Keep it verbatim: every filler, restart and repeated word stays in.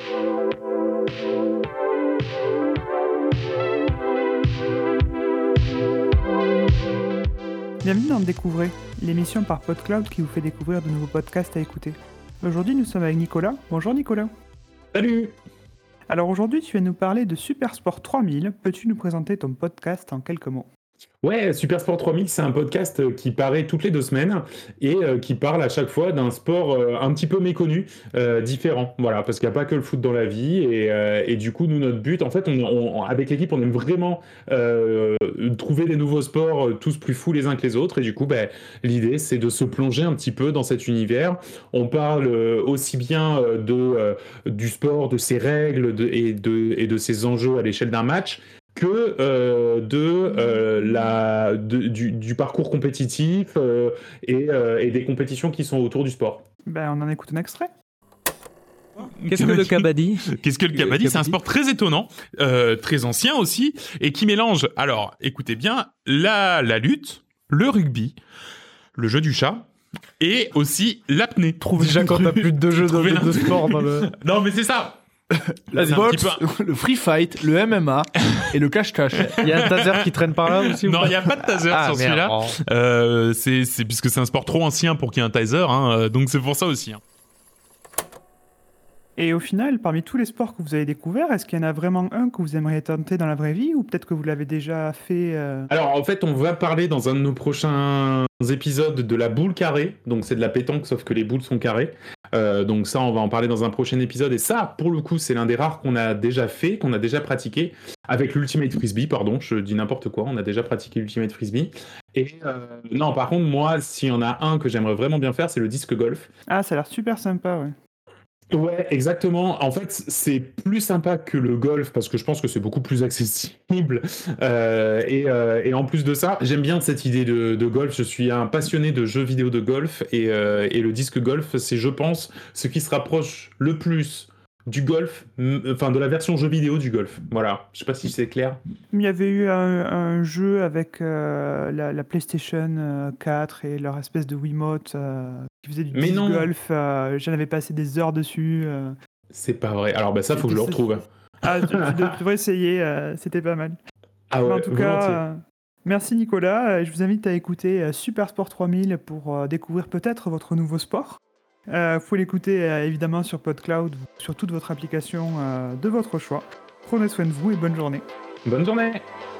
Bienvenue dans Découvrez, l'émission par PodCloud qui vous fait découvrir de nouveaux podcasts à écouter. Aujourd'hui, nous sommes avec Nicolas. Bonjour Nicolas. Salut. Alors aujourd'hui, tu vas nous parler de Supersport trois mille. Peux-tu nous présenter ton podcast en quelques mots ? Ouais, Supersport trois mille, c'est un podcast qui paraît toutes les deux semaines et euh, qui parle à chaque fois d'un sport euh, un petit peu méconnu, euh, différent. Voilà, parce qu'il n'y a pas que le foot dans la vie et, euh, et du coup, nous, notre but, en fait, on, on, avec l'équipe, on aime vraiment euh, trouver des nouveaux sports, euh, tous plus fous les uns que les autres. Et du coup, bah, l'idée, c'est de se plonger un petit peu dans cet univers. On parle euh, aussi bien euh, de, euh, du sport, de ses règles de, et, de, et de ses enjeux à l'échelle d'un match, que euh, de, euh, la, de, du, du parcours compétitif euh, et, euh, et des compétitions qui sont autour du sport. Ben, on en écoute un extrait. Qu'est-ce que le kabaddi ? Qu'est-ce que le kabaddi ? C'est un sport très étonnant, euh, très ancien aussi, et qui mélange, alors écoutez bien, la, la lutte, le rugby, le jeu du chat, et aussi l'apnée. Trouve déjà quand t'as plus de deux jeux de, de, de sport dans le... Non mais c'est ça. La boxe, peu... le free fight, le M M A et le cache-cache. Il y a un taser qui traîne par là aussi. Non, il n'y a pas de taser ah, sur merde. celui-là. Oh. Euh, c'est, c'est puisque c'est un sport trop ancien pour qu'il y ait un taser, hein, donc c'est pour ça aussi. Hein. Et au final, parmi tous les sports que vous avez découverts, est-ce qu'il y en a vraiment un que vous aimeriez tenter dans la vraie vie ou peut-être que vous l'avez déjà fait euh... Alors en fait, on va parler dans un de nos prochains épisodes de la boule carrée. Donc c'est de la pétanque sauf que les boules sont carrées. Euh, donc ça, on va en parler dans un prochain épisode. Et ça, pour le coup, c'est l'un des rares qu'on a déjà fait, qu'on a déjà pratiqué avec l'Ultimate Frisbee. Pardon, je dis n'importe quoi. On a déjà pratiqué l'Ultimate Frisbee. Et euh, non, par contre, moi, s'il y en a un que j'aimerais vraiment bien faire, c'est le disque golf. Ah, ça a l'air super sympa, ouais. Ouais, exactement. En fait, c'est plus sympa que le golf parce que je pense que c'est beaucoup plus accessible. Euh, et, euh, et en plus de ça, j'aime bien cette idée de, de golf. Je suis un passionné de jeux vidéo de golf et, euh, et le disque golf, c'est, je pense, ce qui se rapproche le plus du golf, enfin de la version jeu vidéo du golf. Voilà. Je sais pas si c'est clair. Il y avait eu un, un jeu avec euh, la, la PlayStation quatre et leur espèce de Wiimote euh, qui faisait du Mais disc non. golf. Euh, j'en avais passé des heures dessus. Euh. C'est pas vrai. Alors bah ça, faut que je le retrouve. Ah, tu, tu devrais essayer. Euh, c'était pas mal. Ah ouais, en tout cas, euh, merci Nicolas. Je vous invite à écouter Supersport trois mille pour euh, découvrir peut-être votre nouveau sport. Euh, vous pouvez l'écouter euh, évidemment sur PodCloud, sur toute votre application euh, de votre choix. Prenez soin de vous et bonne journée. Bonne journée.